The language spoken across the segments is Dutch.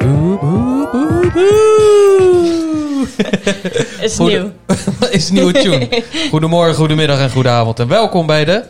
Is nieuw. Is een nieuwe tune. Goedemorgen, goedemiddag en goedenavond. En welkom bij de...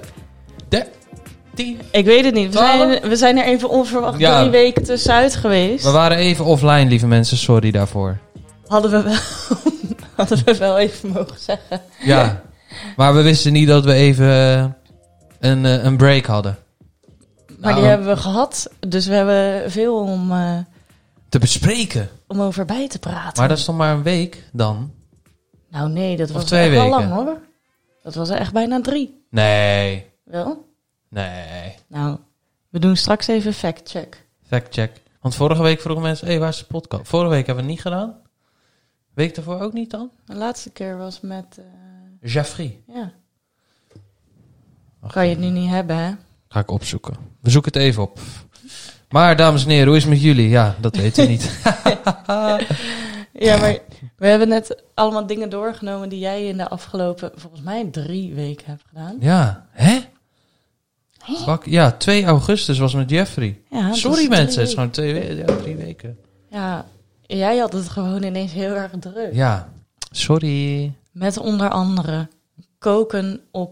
Ik weet het niet. We zijn er even onverwacht 3 weken tussenuit geweest. We waren even offline, lieve mensen. Sorry daarvoor. Hadden we wel even mogen zeggen. Ja, maar we wisten niet dat we even een break hadden. Maar die hebben we gehad. Dus we hebben veel om... te bespreken. Om over bij te praten. Maar dat is toch maar een week dan? Nou nee, dat was 2 echt weken. wel lang hoor. Dat was echt bijna 3. Nee. Wel? Nee. Nou, we doen straks even fact-check. Fact-check. Want vorige week vroegen mensen, waar is de podcast? Vorige week hebben we het niet gedaan. Week daarvoor ook niet dan? De laatste keer was met... Jaffrey. Ja. Kan je het nu niet hebben, hè? Ga ik opzoeken. We zoeken het even op. Maar, dames en heren, hoe is het met jullie? Ja, dat weten we niet. Ja, maar we hebben net allemaal dingen doorgenomen die jij in de afgelopen, volgens mij 3 weken hebt gedaan. Ja, hè? Ja, 2 augustus was met Jeffrey. Ja, sorry mensen, het is gewoon 3 weken. Ja, jij had het gewoon ineens heel erg druk. Ja, sorry. Met onder andere koken op...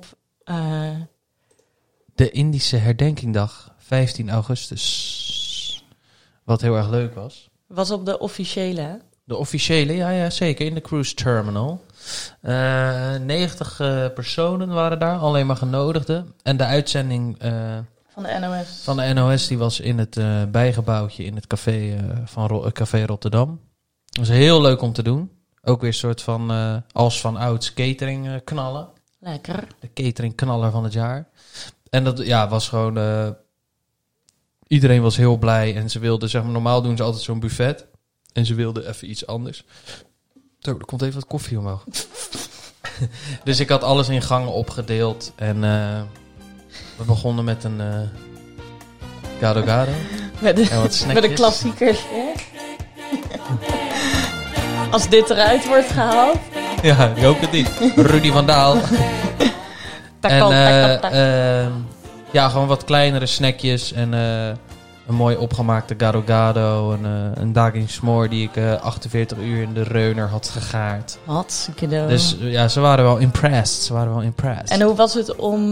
de Indische herdenkingdag, 15 augustus. Wat heel erg leuk was. Was op de officiële, hè? De officiële, ja zeker, in de cruise terminal. 90 personen waren daar, alleen maar genodigden. En de uitzending van de NOS. Van de NOS, die was in het bijgebouwtje in het café van Café Rotterdam. Dat was heel leuk om te doen. Ook weer een soort van, als van ouds, catering knallen. Lekker. De catering knaller van het jaar. En dat was gewoon... iedereen was heel blij en ze wilden, zeg maar, normaal doen ze altijd zo'n buffet. En ze wilden even iets anders. Zo, er komt even wat koffie omhoog. Dus ik had alles in gangen opgedeeld. En we begonnen met een gado gado. En wat snackjes. Met een klassieker. Als dit eruit wordt gehaald. Ja, ik hoop het niet. Rudy van Daal. Gewoon wat kleinere snackjes. En een mooi opgemaakte gado gado. Een daging smoor die ik 48 uur in de reuner had gegaard. Hartstikke dood. Dus ja, ze waren wel impressed. En hoe was het om...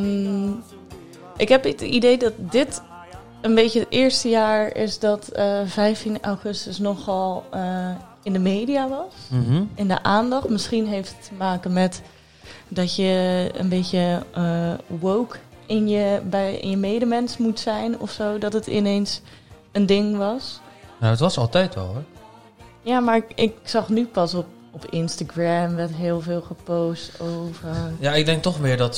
ik heb het idee dat dit een beetje het eerste jaar is dat 15 augustus nogal in de media was. Mm-hmm. In de aandacht. Misschien heeft het te maken met dat je een beetje woke in je medemens moet zijn of zo. Dat het ineens een ding was. Nou, het was altijd wel, hoor. Ja, maar ik zag nu pas op Instagram werd heel veel gepost over... Ja, ik denk toch weer dat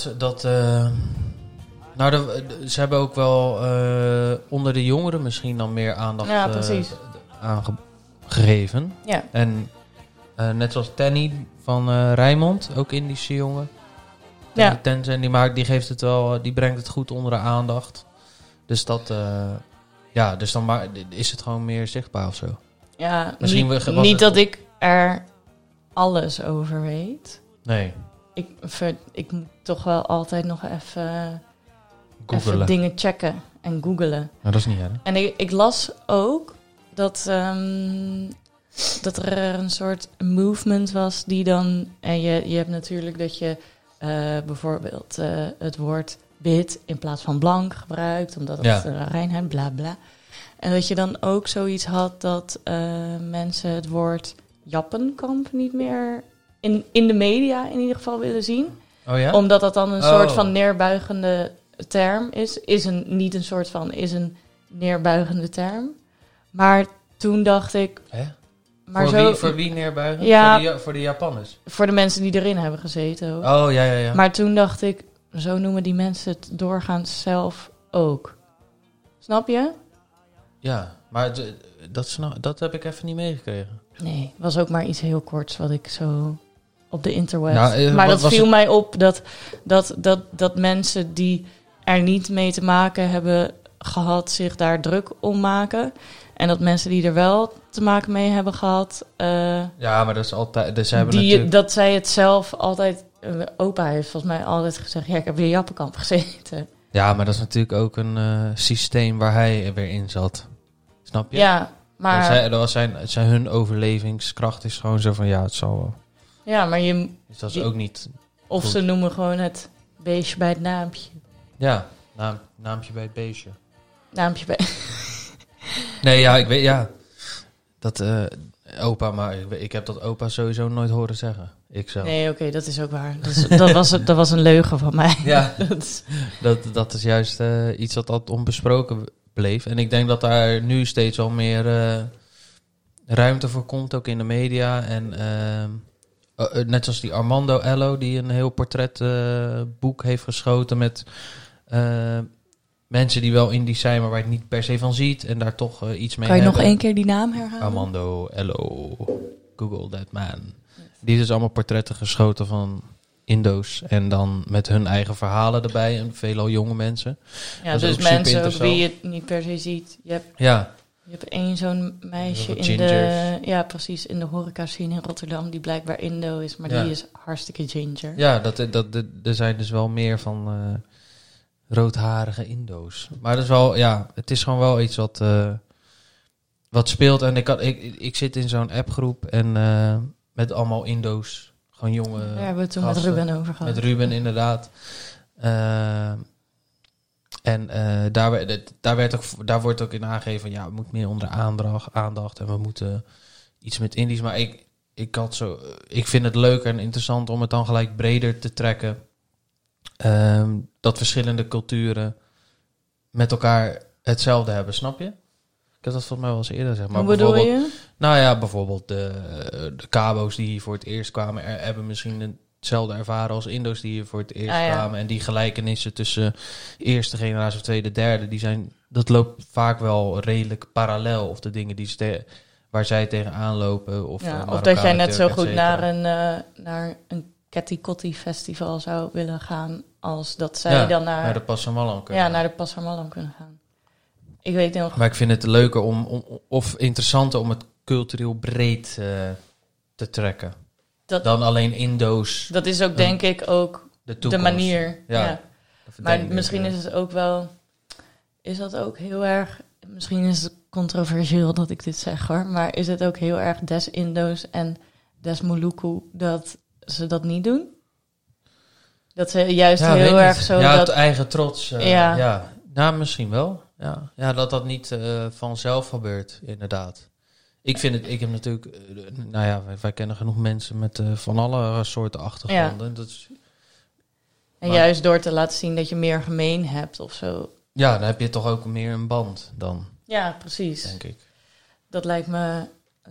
ze hebben ook wel onder de jongeren misschien dan meer aandacht aangegeven. Ja. En net zoals Tanny van Rijnmond, ook Indische jongen. Ja. Tenzin, die geeft het wel, die brengt het goed onder de aandacht. Dus dat, dus dan is het gewoon meer zichtbaar of zo. Ja, misschien niet dat ik er alles over weet. Nee. Ik moet toch wel altijd nog even dingen checken en googlen. Nou, dat is niet erg. En ik las ook dat er een soort movement was die dan... En je hebt natuurlijk dat je bijvoorbeeld het woord wit in plaats van blank gebruikt, omdat het reinheid, bla bla. En dat je dan ook zoiets had dat mensen het woord Jappenkamp niet meer in de media in ieder geval willen zien. Oh ja? Omdat dat dan een soort van neerbuigende term is. Is een neerbuigende term. Maar toen dacht ik... Hè? Maar voor wie neerbuigen? Ja, voor de Japanners? Voor de mensen die erin hebben gezeten ook. Oh, ja. Maar toen dacht ik, zo noemen die mensen het doorgaans zelf ook. Snap je? Ja, maar dat heb ik even niet meegekregen. Nee, was ook maar iets heel korts wat ik zo op de interwebs... Nou, maar dat viel mij op dat mensen die er niet mee te maken hebben gehad zich daar druk om maken. En dat mensen die er wel te maken mee hebben gehad... ja, maar dat is altijd... Dus natuurlijk... Dat zij het zelf altijd... opa heeft volgens mij altijd gezegd... Ja, ik heb weer Jappenkamp gezeten. Ja, maar dat is natuurlijk ook een systeem waar hij weer in zat. Snap je? Ja, Maar zijn hun overlevingskracht is gewoon zo van, ja, het zal wel. ja, maar Dus dat is ook niet... Of goed. ze noemen gewoon het beestje bij het naampje. Ja, naampje bij het beestje. Naampje bij... Nee, ja, ik weet, ja. Dat, opa, maar ik heb dat opa sowieso nooit horen zeggen. Ikzelf. Nee, oké, dat is ook waar. Dat was een leugen van mij. Ja, Dat dat is juist iets wat altijd onbesproken bleef. En ik denk dat daar nu steeds al meer ruimte voor komt, ook in de media. En net zoals die Armando Ello, die een heel portretboek heeft geschoten met mensen die wel Indisch zijn, maar waar je het niet per se van ziet. En daar toch iets mee kan je hebben. nog één keer die naam herhalen? Armando Ello, Google that man. Die is dus allemaal portretten geschoten van Indo's. En dan met hun eigen verhalen erbij. En veelal jonge mensen. Ja, Dat is dus ook super mensen ook interessant. wie je het niet per se ziet. Je Ja, hebt één zo'n meisje Heel in de... gingers. Ja, precies, in de horeca scene in Rotterdam, die blijkbaar Indo is, maar Ja. die is hartstikke ginger. ja er zijn dus wel meer van roodharige Indo's. Maar dat is wel, ja, het is gewoon wel iets wat speelt. En ik zit in zo'n appgroep en met allemaal Indo's. Gewoon jonge Daar hebben we het toen gasten. met Ruben over gehad. Met Ruben, inderdaad. Daar wordt ook in aangegeven van, ja, we moeten meer onder aandacht en we moeten iets met Indisch. Maar ik vind het leuk en interessant om het dan gelijk breder te trekken. Dat verschillende culturen met elkaar hetzelfde hebben, snap je? Ik heb dat volgens mij wel eens eerder gezegd. Maar Hoe bedoel je? nou ja, bijvoorbeeld de Cabo's die hier voor het eerst kwamen, hebben misschien hetzelfde ervaren als Indo's die hier voor het eerst kwamen. En die gelijkenissen tussen eerste generatie of tweede, derde, dat loopt vaak wel redelijk parallel. Of de dingen waar zij tegenaan lopen. Of dat jij net zo Turk, goed et naar een Ketty festival zou willen gaan als dat zij dan naar de Passamallam kunnen. Ja, naar de Passamallam kunnen gaan. Ik weet nog... Maar ik vind het leuker of interessanter om het cultureel breed te trekken. Dan alleen Indo's. Dat is ook, denk ik, ook de manier. Ja. Maar misschien is het ook wel... Is dat ook heel erg... Misschien is het controversieel dat ik dit zeg, hoor. Maar is het ook heel erg des Indo's en des Moluku dat ze dat niet doen? Dat ze juist heel erg zo... Ja, dat het eigen trots. Ja, nou, misschien wel. Ja, dat niet vanzelf gebeurt, inderdaad. Ik heb natuurlijk... wij kennen genoeg mensen met van alle soorten achtergronden. Ja. Dat is, en juist door te laten zien dat je meer gemeen hebt of zo. Ja, dan heb je toch ook meer een band dan. Ja, precies. Denk ik. Dat lijkt me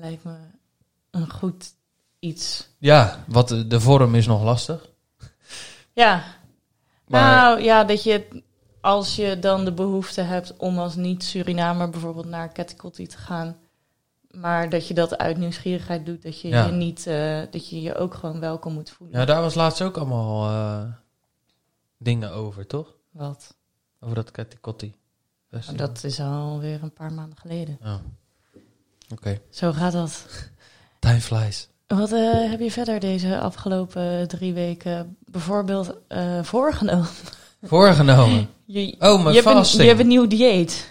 een goed iets. Ja, de vorm is nog lastig. Ja. Maar, nou, ja, dat je... Als je dan de behoefte hebt om als niet-Surinamer bijvoorbeeld naar Ketty te gaan, maar dat je dat uit nieuwsgierigheid doet, dat je je niet, dat je je ook gewoon welkom moet voelen. Ja, daar was laatst ook allemaal dingen over, toch? Wat? Over dat Ketty. Nou, dat is alweer een paar maanden geleden. Oh. Oké. Zo gaat dat. Time flies. Wat heb je verder deze afgelopen 3 weken bijvoorbeeld voorgenomen? Voorgenomen? Mijn fasting. Je hebt een nieuw dieet.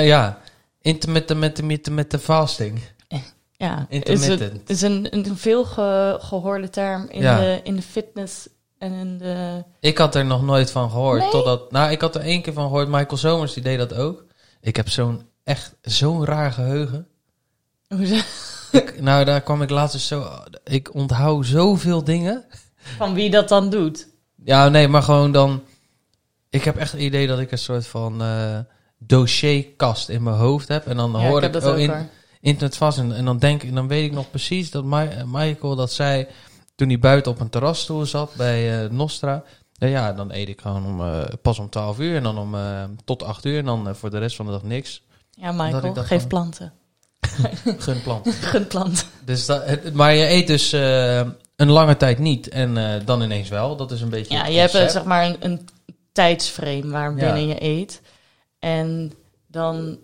Met de fasting. Ja, Intermittent. is een veel gehoorde term in de fitness en in de... Ik had er nog nooit van gehoord. Nee? Totdat, ik had er 1 keer van gehoord. Michael Somers, die deed dat ook. Ik heb zo'n raar geheugen. Hoezo? Daar kwam ik laatst dus zo... Ik onthoud zoveel dingen. Van wie dat dan doet? Ja, nee, maar gewoon dan... Ik heb echt het idee dat ik een soort van dossierkast in mijn hoofd heb. En dan hoor ik dat internet vast. En dan weet ik nog precies dat Michael dat zei toen hij buiten op een terrasstoel zat bij Nostra. Ja, dan eet ik gewoon pas om 12 uur en dan tot 8 uur. En dan voor de rest van de dag niks. Ja, Michael, geef planten. Gun planten. Gun planten. Dus maar je eet dus een lange tijd niet. En dan ineens wel. Dat is een beetje... Ja, je hebt zeg maar een tijdsframe waarbinnen je eet. En dan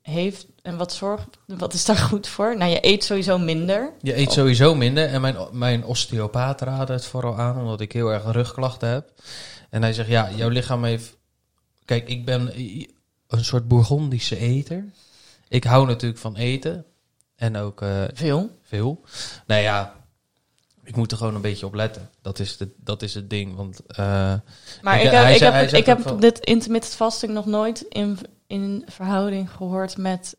wat is daar goed voor? Nou, je eet sowieso minder. Je eet sowieso minder. En mijn osteopaat raadde het vooral aan, omdat ik heel erg rugklachten heb. En hij zegt, ja, jouw lichaam heeft... Kijk, ik ben een soort Bourgondische eter. Ik hou natuurlijk van eten. En ook Veel. Nou ja, ik moet er gewoon een beetje op letten. Dat is het ding. Want, maar ik heb dit intermittent fasting nog nooit in verhouding gehoord met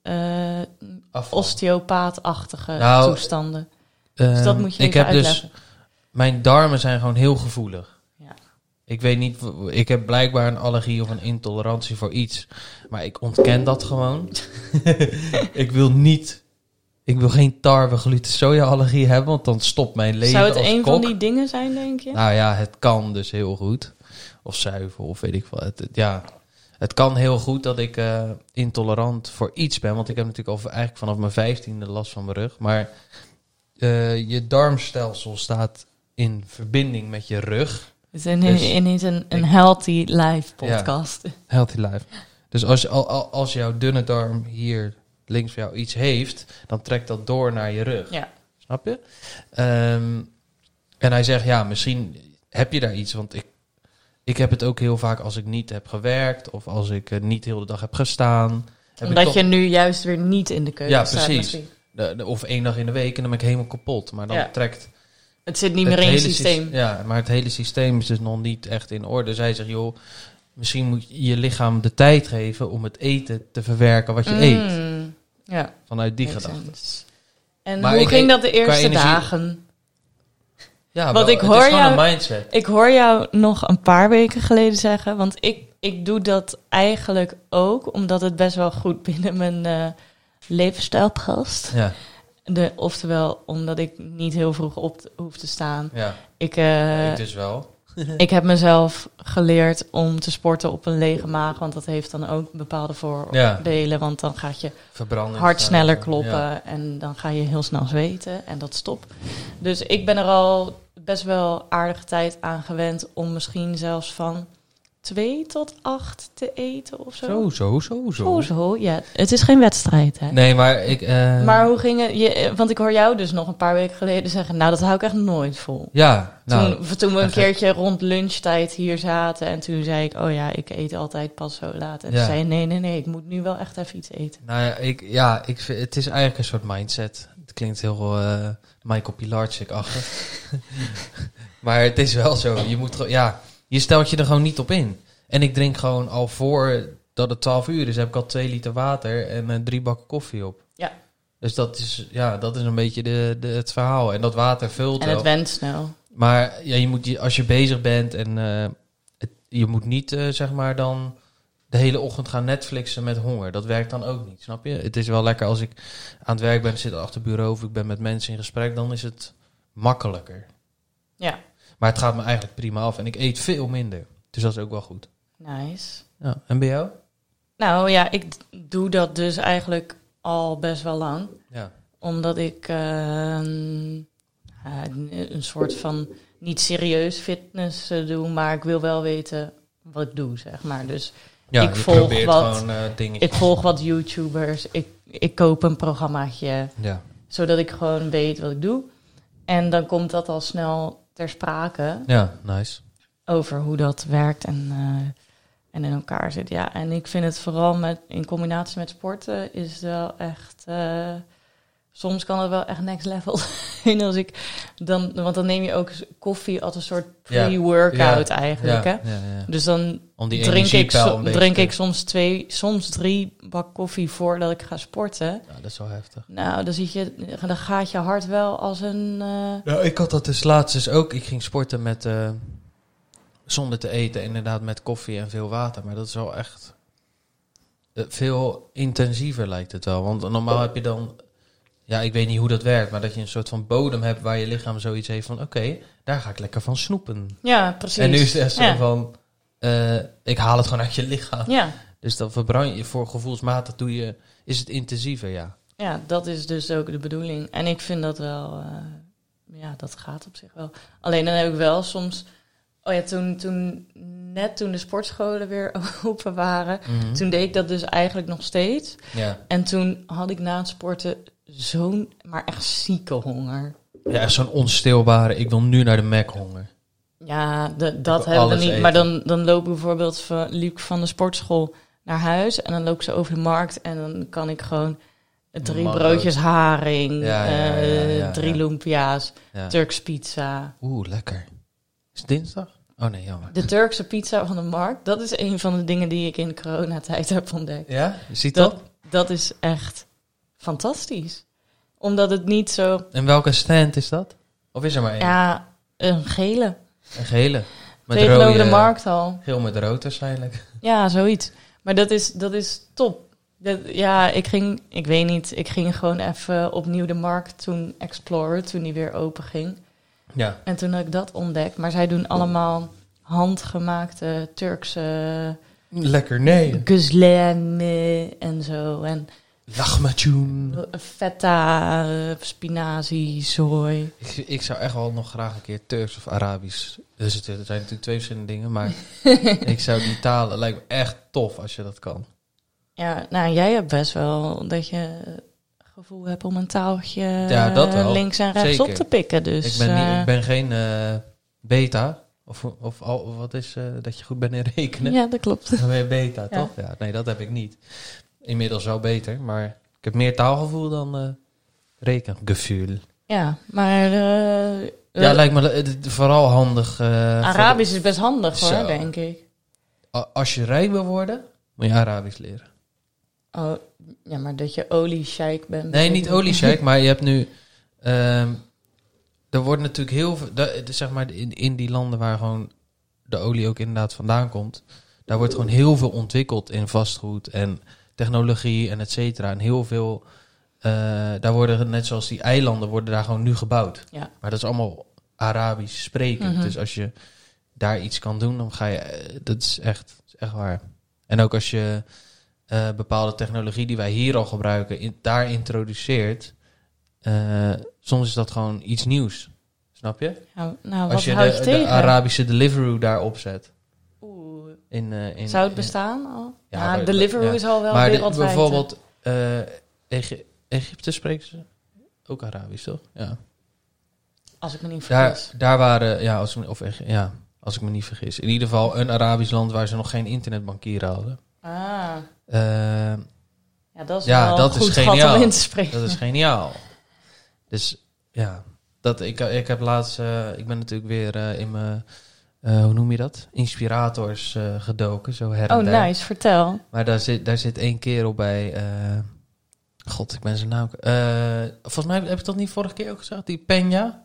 osteopaatachtige toestanden. Dus dat moet je even uitleggen. Mijn darmen zijn gewoon heel gevoelig. Ja. Ik weet niet, ik heb blijkbaar een allergie of een intolerantie voor iets. Maar ik ontken dat gewoon. Ik wil geen tarwe, gluten, soja allergie hebben, want dan stopt mijn leven. Zou het als een kok. van die dingen zijn, denk je? Nou ja, het kan dus heel goed. Of zuivel, of weet ik veel. Het kan heel goed dat ik intolerant voor iets ben. Want ik heb natuurlijk eigenlijk vanaf mijn 15e last van mijn rug. Maar je darmstelsel staat in verbinding met je rug. Het is ineens een healthy life podcast. Ja, healthy life. Dus als jouw dunne darm hier links van jou iets heeft, dan trekt dat door naar je rug. Ja. Snap je? En hij zegt, ja, misschien heb je daar iets. Want ik heb het ook heel vaak als ik niet heb gewerkt of als ik niet de hele dag heb gestaan. Omdat je nu juist weer niet in de keuken staat. Ja, precies. Of 1 dag in de week en dan ben ik helemaal kapot. Maar dan trekt... Het zit niet meer in je systeem. Ja, maar het hele systeem is dus nog niet echt in orde. Zij zegt, joh, misschien moet je je lichaam de tijd geven om het eten te verwerken wat je eet. Ja. Vanuit die gedachte. En maar hoe ging dat de eerste dagen? Ja, want het is gewoon een mindset. Ik hoor jou nog een paar weken geleden zeggen, want ik doe dat eigenlijk ook, omdat het best wel goed binnen mijn levensstijl past. Ja. Oftewel, omdat ik niet heel vroeg op hoef te staan. Ja. Ik dus wel. Ik heb mezelf geleerd om te sporten op een lege maag, want dat heeft dan ook bepaalde voordelen. Want dan gaat je hart sneller kloppen en dan ga je heel snel zweten en dat stopt. Dus ik ben er al best wel aardige tijd aan gewend om misschien zelfs van 2 tot 8 te eten of zo. Zo, ja. Het is geen wedstrijd, hè? Nee, maar Maar hoe ging het? Want ik hoor jou dus nog een paar weken geleden zeggen, nou, dat hou ik echt nooit vol. Ja. Toen we een keertje rond lunchtijd hier zaten en toen zei ik, oh ja, ik eet altijd pas zo laat. En toen zei je, nee, ik moet nu wel echt even iets eten. Nou ja, ik vind, het is eigenlijk een soort mindset. Het klinkt heel Michael Pilarczyk-achtig. Maar het is wel zo. Je moet je stelt je er gewoon niet op in. En ik drink gewoon al voordat het 12 uur is, heb ik al 2 liter water en 3 bakken koffie op. Ja. Dus dat is een beetje het verhaal. En dat water vult en wel. Het went snel. Maar ja, je moet als je bezig bent en je moet niet zeg maar dan de hele ochtend gaan Netflixen met honger. Dat werkt dan ook niet, snap je? Het is wel lekker als ik aan het werk ben, zit achter het bureau of ik ben met mensen in gesprek, dan is het makkelijker. Ja. Maar het gaat me eigenlijk prima af en ik eet veel minder. Dus dat is ook wel goed. Nice. Ja, en bij jou? Nou ja, ik doe dat dus eigenlijk al best wel lang. Ja. Omdat ik een soort van niet serieus fitness doe, maar ik wil wel weten wat ik doe, zeg maar. Dus ja, ik volg wat YouTubers, ik koop een programmaatje, zodat ik gewoon weet wat ik doe. En dan komt dat al snel ter sprake. Ja, nice. Over hoe dat werkt en in elkaar zit. Ja, en ik vind het vooral in combinatie met sporten is wel echt... soms kan het wel echt next level zijn als want dan neem je ook koffie als een soort pre-workout eigenlijk. Ja, hè? Ja. Dus dan om die drink ik soms 3 bak koffie voordat ik ga sporten. Ja, dat is wel heftig. Nou, dan gaat je hart wel als een... Ja, ik had dat dus laatst dus ook. Ik ging sporten met... zonder te eten, inderdaad met koffie en veel water. Maar dat is wel echt... veel intensiever lijkt het wel. Want normaal heb je dan... Ja, ik weet niet hoe dat werkt, maar dat je een soort van bodem hebt waar je lichaam zoiets heeft van... Oké, daar ga ik lekker van snoepen. Ja, precies. En nu is het zo van... ik haal het gewoon uit je lichaam. Ja. Dus dan verbrand je voor gevoelsmatig is het intensiever, ja. Ja, dat is dus ook de bedoeling. En ik vind dat wel... dat gaat op zich wel. Alleen dan heb ik wel soms... Oh ja, toen de sportscholen weer open waren... Mm-hmm. Toen deed ik dat dus eigenlijk nog steeds. Ja. En toen had ik na het sporten maar echt zieke honger. Ja, echt zo'n onstilbare, ik wil nu naar de Mac honger. Ja, dat hebben we niet. Eten. Maar dan loop ik bijvoorbeeld liep ik van de sportschool naar huis... en dan loop ik zo over de markt... en dan kan ik gewoon 3 mango's. broodjes haring, Ja. 3 lumpia's, Ja. Turks pizza. Oeh, lekker. Is het dinsdag? Oh nee, jammer. De Turkse pizza van de markt, dat is een van de dingen die ik in de coronatijd heb ontdekt. Ja? Je ziet dat? Dat is echt fantastisch. Omdat het niet zo... En welke stand is dat? Of is er maar één? Ja, een gele. Een gele. Met Tegenover de markthal. Geel met rood waarschijnlijk. Ja, zoiets. Maar dat is top. Ik weet niet, ik ging gewoon even opnieuw de markt toen exploren, toen die weer open ging. Ja. En toen had ik dat ontdekt. Maar zij doen allemaal handgemaakte Turkse Lekker, nee. gözleme en zo. En Lahmacun. feta, spinazie, zooi. Ik zou echt wel nog graag een keer Turks of Arabisch. Dus er zijn natuurlijk 2 verschillende dingen, maar ik zou die talen, lijkt me echt tof als je dat kan. Ja, nou, jij hebt best wel dat je gevoel hebt om een taaltje Ja, dat wel. links en rechts Zeker. op te pikken. Dus, Ik ben geen beta. Of wat is dat je goed bent in rekenen? ja, dat klopt. Dan ben je beta, Ja. toch? Ja, nee, dat heb ik niet. Inmiddels wel beter, maar ik heb meer taalgevoel dan rekengevoel. Ja, maar Ja, lijkt me vooral handig. Arabisch is best handig hoor, Zo. denk ik. Als je rijk wil worden, moet je Arabisch leren. Oh, ja, maar dat je olie-sheik bent. Nee, niet oliesheik, maar je hebt nu... er wordt natuurlijk heel veel... zeg maar in die landen waar gewoon de olie ook inderdaad vandaan komt... daar wordt gewoon heel veel ontwikkeld in vastgoed en technologie en et cetera. En heel veel... daar worden, net zoals die eilanden, worden daar gewoon nu gebouwd. Ja. Maar dat is allemaal Arabisch spreken. Mhm. Dus als je daar iets kan doen, dan ga je... dat is echt waar. En ook als je... bepaalde technologie die wij hier al gebruiken, daar introduceert, soms is dat gewoon iets nieuws. Snap je? Nou, Als wat je houd je de tegen? Arabische Deliveroo daar opzet. Oeh, In, zou het bestaan al? Ja, Ja, maar- Deliveroo ja. is al wel maar wereldwijd. bijvoorbeeld Egypte spreken ze ook Arabisch, toch? Ja. Als ik me niet vergis. Daar waren, als ik me niet vergis. In ieder geval een Arabisch land waar ze nog geen internetbankieren hadden. Ah, Eh, ja, dat is Ja, wel dat een is goed gat geniaal. om in te spreken. Dat is geniaal. Dus ja, ik heb laatst... ik ben natuurlijk weer in mijn... hoe noem je dat? Inspirators gedoken, zo her en Oh, der. nice, vertel. Maar daar zit één kerel bij... God, ik ben zijn naam... volgens mij heb ik dat niet vorige keer ook gezegd? Die Peña?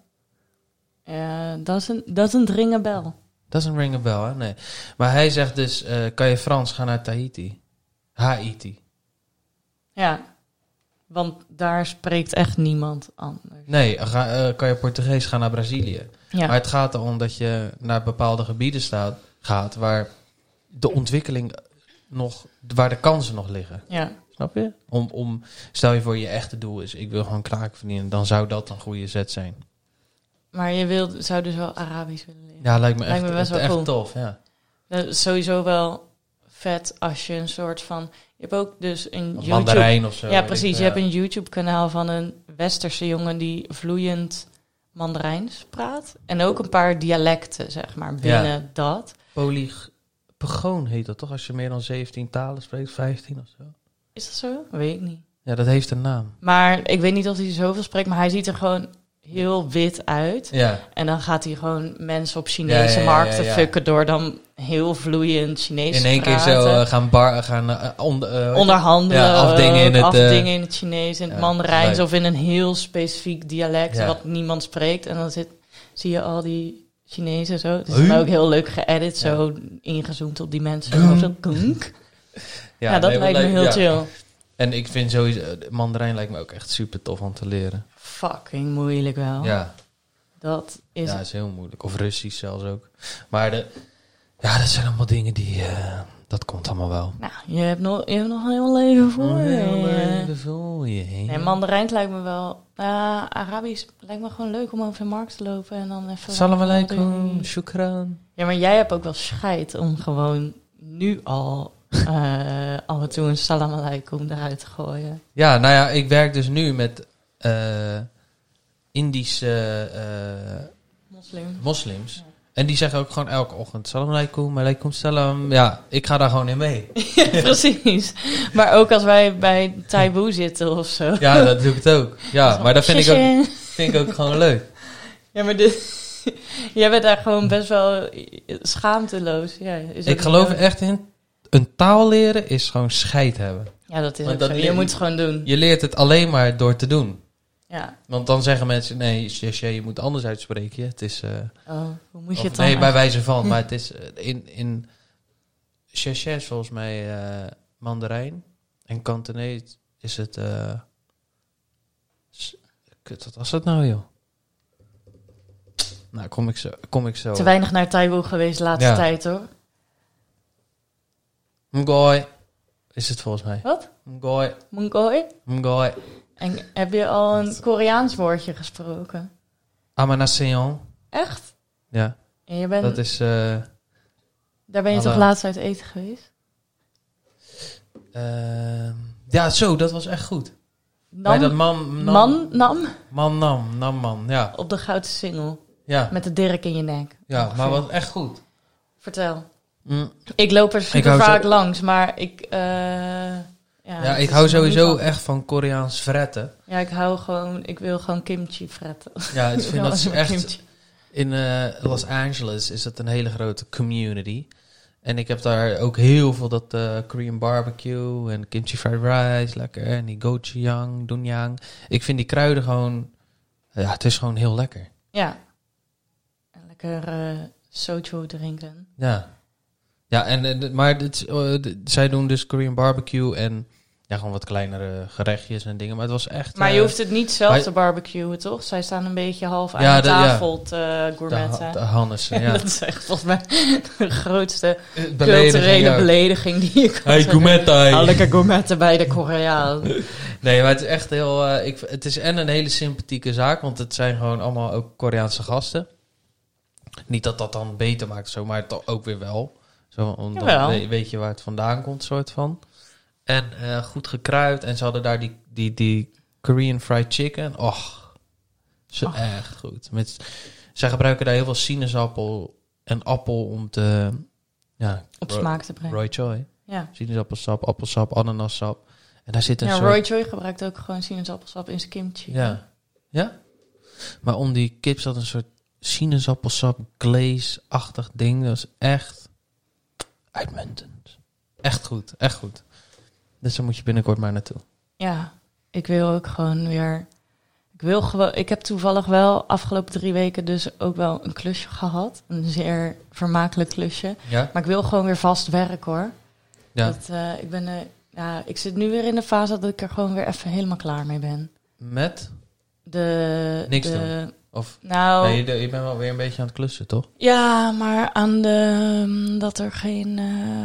Dat is een dringe bel. Dat is een ring a bell, hè? Nee. Maar hij zegt dus... kan je Frans, ga naar Tahiti. Haiti. Ja, want daar spreekt echt niemand anders. Nee, kan je Portugees, ga naar Brazilië. Ja, Maar het gaat erom dat je naar bepaalde gebieden gaat waar de ontwikkeling waar de kansen nog liggen. ja. Snap je? Stel je voor je echte doel is, ik wil gewoon kraken verdienen, dan zou dat een goede zet zijn. Maar zou dus wel Arabisch willen leren. Ja, lijkt me Lijkt echt, me best wel echt cool. tof. Ja. Dat is sowieso wel vet als je een soort van... Je hebt ook dus een Of YouTube... Mandarijn of zo. Ja, precies. Je hebt een YouTube-kanaal van een westerse jongen die vloeiend Mandarijns praat. En ook een paar dialecten, zeg maar, binnen dat. Polygoon heet dat toch? Als je meer dan 17 talen spreekt, 15 of zo. Is dat zo? Weet ik niet. Ja, dat heeft een naam. Maar ik weet niet of hij zoveel spreekt, maar hij ziet er gewoon heel wit uit. Ja. En dan gaat hij gewoon mensen op Chinese Ja. markten fucken door dan heel vloeiend Chinees In te één keer praten. zo Onderhandelen, ja, afdingen in het Chinees, in het ja, Mandarijns leuk. of in een heel specifiek dialect Ja. wat niemand spreekt. En dan zie je al die Chinezen zo. Het is dan ook heel leuk geëdit, zo ingezoomd op die mensen. Of zo, kunk. Ja, dat nee, lijkt me heel chill. En ik vind sowieso, Mandarijn lijkt me ook echt super tof om te leren. Fucking moeilijk wel. Ja, Dat is... is heel moeilijk. Of Russisch zelfs ook. Maar dat zijn allemaal dingen die, dat komt allemaal wel. Nou, je hebt nog een heel leven voor je. Nee, Mandarijns lijkt me wel... Arabisch lijkt me gewoon leuk om over de markt te lopen en dan even... Salam alaikum, shukran. Ja, maar jij hebt ook wel scheid om gewoon nu al af en toe een salam alaikum eruit te gooien. Ja, nou ja, ik werk dus nu met Indische Moslim. moslims. En die zeggen ook gewoon elke ochtend... Salam alaikum, salam. Ja, ik ga daar gewoon in mee. Precies. Maar ook als wij bij Taiboe zitten of zo. Ja, dat doe ik het ook. Ja, maar dat vind ik ook gewoon leuk. Ja, maar jij bent daar gewoon best wel schaamteloos. Ja, Ik geloof echt in... Een taal leren is gewoon scheid hebben. Ja, dat is ook zo. Je moet het gewoon doen. Je leert het alleen maar door te doen. Ja. Want dan zeggen mensen... Nee, je moet anders uitspreken. Het is... hoe moet je het dan? Nee, bij wijze van. Maar het is in Xie is volgens mij Mandarijn. En Kantonees is het... Kut, wat was dat nou, joh? Nou, kom ik zo. Te weinig naar Taiwan geweest de laatste tijd, hoor. Mgoy is het volgens mij. Wat? Mgoy. En heb je al een Koreaans woordje gesproken? Amanaseon. Echt? Ja. En je bent... Dat is... daar ben je toch laatst uit eten geweest? Ja, zo, dat was echt goed. Bij dat man, ja. Op de Gouden Singel. Ja. Met de dirk in je nek. Ja, ongeveer. maar wat echt goed. Vertel. Ik loop er super vaak langs, maar ik... ik hou sowieso echt van Koreaans fretten. Ja, ik wil gewoon kimchi fretten. Ja, ik vind dat echt... Kimchi. In Los Angeles is dat een hele grote community. En ik heb daar ook heel veel dat Korean barbecue en kimchi fried rice, lekker. En die gochujang, doenjang. Ik vind die kruiden gewoon... Ja, het is gewoon heel lekker. Ja. En lekker soju drinken. Ja. Ja, maar zij doen dus Korean barbecue en ja, gewoon wat kleinere gerechtjes en dingen. Maar het was echt... Maar je hoeft het niet zelf te barbecuen, toch? Zij staan een beetje half aan de tafel te gourmetten. De Hannessen, ja. Dat is echt volgens mij de grootste culturele belediging die je kan gourmetten. Al lekker gourmetten bij de Koreaan. Nee, maar het is echt heel... het is een hele sympathieke zaak, want het zijn gewoon allemaal ook Koreaanse gasten. Niet dat dat dan beter maakt, zo, maar toch ook weer wel. Zo, dan weet je waar het vandaan komt, soort van. En goed gekruid. En ze hadden daar die Korean fried chicken. Och, echt goed. Zij gebruiken daar heel veel sinaasappel en appel om te... Ja, op smaak te brengen. Roy Choi. Ja. Sinaasappelsap, appelsap, ananassap. En daar zit een soort... Roy Choi gebruikt ook gewoon sinaasappelsap in zijn kimchi. Ja. Ja? Maar om die kip zat een soort sinaasappelsap glaze-achtig ding. Dat is echt uitmuntend. Echt goed, echt goed. Dus daar moet je binnenkort maar naartoe. Ja, ik wil ook gewoon weer... Ik heb toevallig wel afgelopen 3 weken dus ook wel een klusje gehad. Een zeer vermakelijk klusje. Ja? Maar ik wil gewoon weer vast werken, hoor. Ja. Ik zit nu weer in de fase dat ik er gewoon weer even helemaal klaar mee ben. Met? Niks doen? Of, nou, je bent wel weer een beetje aan het klussen, toch? Ja, maar dat er geen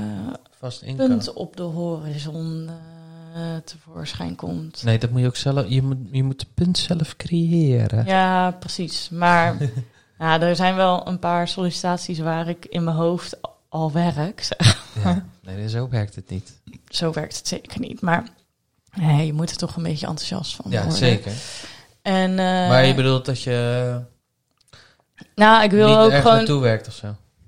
punt op de horizon tevoorschijn komt. Nee, dat moet je ook zelf... Je moet de punt zelf creëren. Ja, precies. Maar ja, er zijn wel een paar sollicitaties waar ik in mijn hoofd al werk, zeg maar. Ja, nee, zo werkt het niet. Zo werkt het zeker niet, maar je moet er toch een beetje enthousiast van worden. Ja, zeker. En, maar je bedoelt dat je ik wil niet ook erg gewoon naartoe werkt of zo?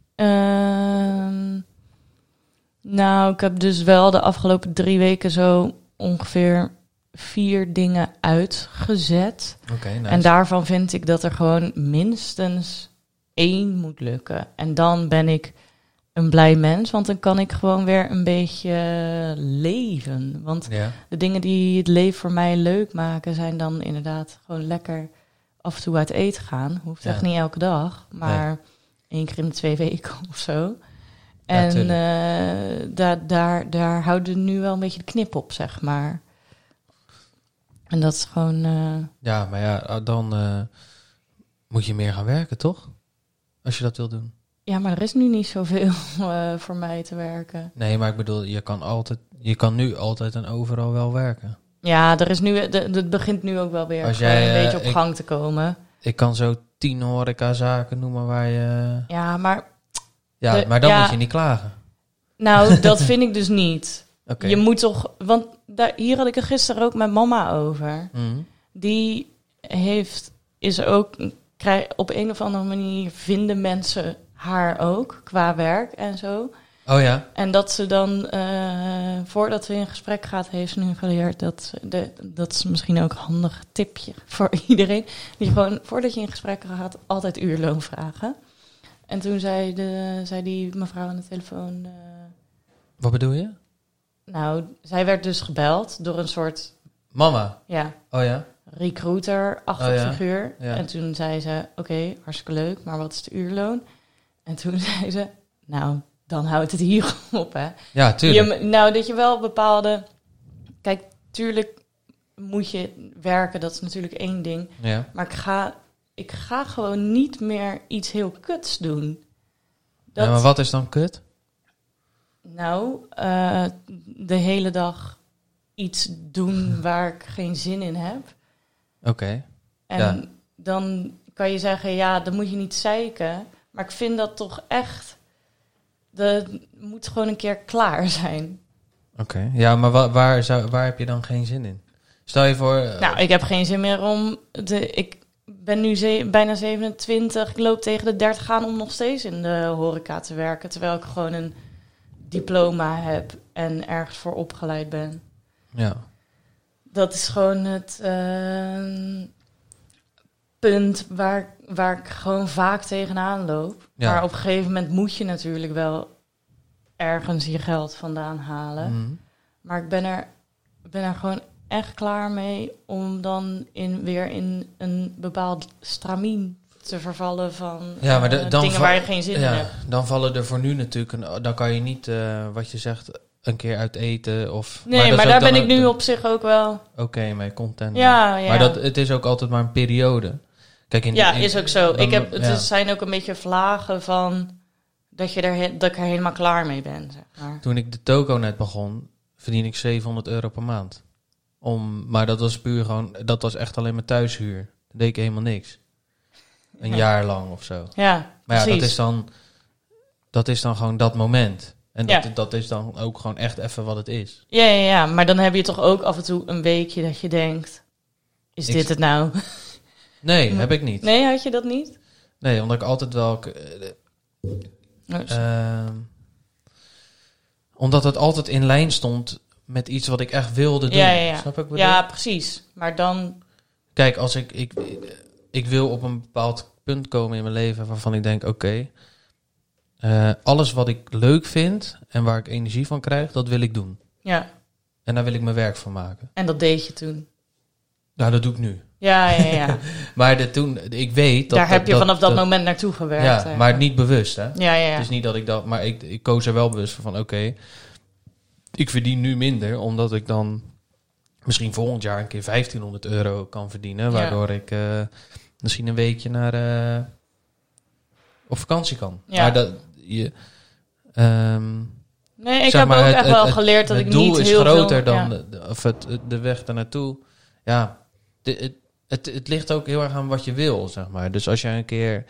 Ik heb dus wel de afgelopen 3 weken zo ongeveer 4 dingen uitgezet. Okay, nice. En daarvan vind ik dat er gewoon minstens 1 moet lukken. En dan ben ik een blij mens, want dan kan ik gewoon weer een beetje leven. Want de dingen die het leven voor mij leuk maken, zijn dan inderdaad gewoon lekker af en toe uit eten gaan. Hoeft echt niet elke dag, maar 1 keer in de 2 weken of zo. En daar houden nu wel een beetje de knip op, zeg maar. En dat is gewoon... Ja, maar ja, dan moet je meer gaan werken, toch? Als je dat wil doen. Ja, maar er is nu niet zoveel voor mij te werken. Nee, maar ik bedoel, je kan nu altijd en overal wel werken. Ja, er is nu, het begint nu ook wel weer een beetje op gang te komen. Ik kan zo 10 horecazaken noemen waar je... Ja, maar... maar dan moet je niet klagen. Nou, dat vind ik dus niet. Okay. Je moet toch... Want hier had ik het gisteren ook met mama over. Mm. Die is ook... Op een of andere manier vinden mensen haar ook, qua werk en zo. Oh ja? En dat ze dan, voordat we in gesprek gaat, heeft ze nu geleerd dat is misschien ook een handig tipje voor iedereen. Dat je gewoon, voordat je in gesprek gaat, altijd uurloon vragen. En toen zei die mevrouw aan de telefoon... Wat bedoel je? Nou, zij werd dus gebeld door een soort... Mama? Ja. Oh ja? Recruiter-achtig figuur. Ja. En toen zei ze, oké, hartstikke leuk, maar wat is de uurloon? En toen zei ze, nou, dan houdt het hier op, hè. Ja, tuurlijk. Nou, dat je wel bepaalde... Kijk, tuurlijk moet je werken, dat is natuurlijk één ding. Ja. Maar ik ga gewoon niet meer iets heel kuts doen. Ja, maar wat is dan kut? Nou, de hele dag iets doen waar ik geen zin in heb. Oké. En dan kan je zeggen, ja, dan moet je niet zeiken. Maar ik vind dat toch echt... Dat moet gewoon een keer klaar zijn. Oké. Ja, maar waar heb je dan geen zin in? Stel je voor... Nou, ik heb geen zin meer om... Ik ben nu bijna 27. Ik loop tegen de 30 aan om nog steeds in de horeca te werken. Terwijl ik gewoon een diploma heb en ergens voor opgeleid ben. Ja. Dat is gewoon het punt waar ik gewoon vaak tegenaan loop. Ja. Maar op een gegeven moment moet je natuurlijk wel ergens je geld vandaan halen. Mm. Maar ik ben er gewoon echt klaar mee om dan weer in een bepaald stramien te vervallen van dingen waar je geen zin in hebt. Dan vallen er voor nu natuurlijk... Dan kan je niet, wat je zegt, een keer uit eten of... Nee, maar daar ben ik nu op zich ook wel... Oké, mee content. Ja. Maar het is ook altijd maar een periode. Kijk, is ook zo. Het zijn ook een beetje vlagen van dat ik er helemaal klaar mee ben, zeg maar. Toen ik de toko net begon, verdien ik €700 per maand. Maar dat was puur gewoon... Dat was echt alleen maar thuishuur. Dat deed ik helemaal niks. Een jaar lang of zo. Ja, maar precies. dat is dan gewoon dat moment. En dat is dan ook gewoon echt even wat het is. Ja, maar dan heb je toch ook af en toe een weekje dat je denkt... Is dit het nou? Nee, heb ik niet. Nee, had je dat niet? Nee, omdat ik altijd wel... omdat het altijd in lijn stond met iets wat ik echt wilde doen. Ja. Snap ik? Ja, precies. Maar dan... Kijk, als ik wil op een bepaald punt komen in mijn leven waarvan ik denk, oké, alles wat ik leuk vind en waar ik energie van krijg, dat wil ik doen. Ja. En daar wil ik mijn werk van maken. En dat deed je toen? Nou, dat doe ik nu. Ja. Maar ik weet dat... Daar heb je vanaf dat moment naartoe gewerkt. Ja, maar niet bewust, hè? Ja. Het is niet dat ik dat... Maar ik koos er wel bewust van, oké, ik verdien nu minder, omdat ik dan misschien volgend jaar een keer €1500 kan verdienen, waardoor ik misschien een weekje naar op vakantie kan. Ja. Maar dat nee, ik heb ook echt wel geleerd dat ik niet heel veel... Het doel is groter dan de weg ernaartoe. Ja, het ligt ook heel erg aan wat je wil, zeg maar. Dus als je een keer...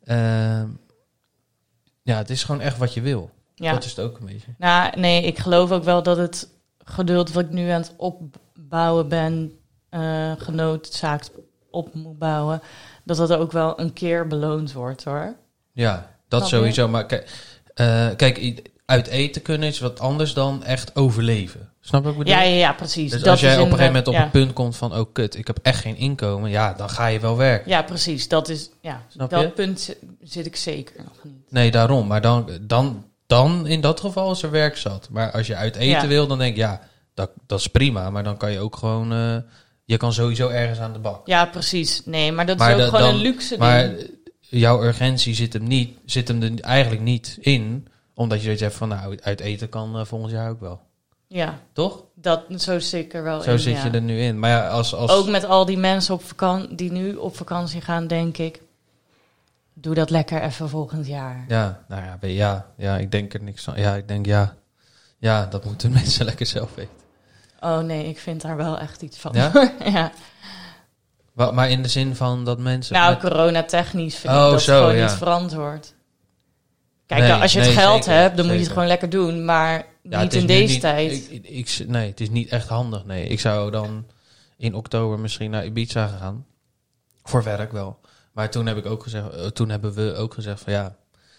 het is gewoon echt wat je wil. Ja. Dat is het ook een beetje. Nou, nee, ik geloof ook wel dat het geduld wat ik nu aan het opbouwen ben, genoodzaakt op moet bouwen, dat dat ook wel een keer beloond wordt, hoor. Ja, dat sowieso. Maar kijk, uit eten kunnen is wat anders dan echt overleven. Snap je wat ik bedoel? Ja, precies. Dus als jij op een gegeven moment op het punt komt van, oh kut, ik heb echt geen inkomen, ja, dan ga je wel werken. Ja, precies. Dat is, Snap dat je? punt zit ik zeker nog niet. Nee, daarom. Maar dan in dat geval is er werk zat. Maar als je uit eten wil, dan denk ik, dat is prima. Maar dan kan je ook gewoon, je kan sowieso ergens aan de bak. Ja, precies. Nee, maar dat is ook gewoon een luxe ding. Maar jouw urgentie zit hem er eigenlijk niet in, omdat je zoiets hebt van, nou, uit eten kan volgend jaar ook wel. Ja. Toch? Dat zo zeker wel zo zit je er nu in. Maar ja, als... Ook met al die mensen die nu op vakantie gaan, denk ik, doe dat lekker even volgend jaar. Ja, nou ja, ik denk er niks van. Ja, ik denk ja, dat moeten mensen lekker zelf weten. Oh nee, ik vind daar wel echt iets van. Ja? Ja. Maar in de zin van dat mensen... Nou, coronatechnisch vind ik dat gewoon niet verantwoord. Kijk, als je het geld hebt, dan moet je het gewoon lekker doen. Maar niet in deze tijd. Nee, het is niet echt handig. Nee, ik zou dan in oktober misschien naar Ibiza gaan. Voor werk wel. Maar toen hebben we ook gezegd van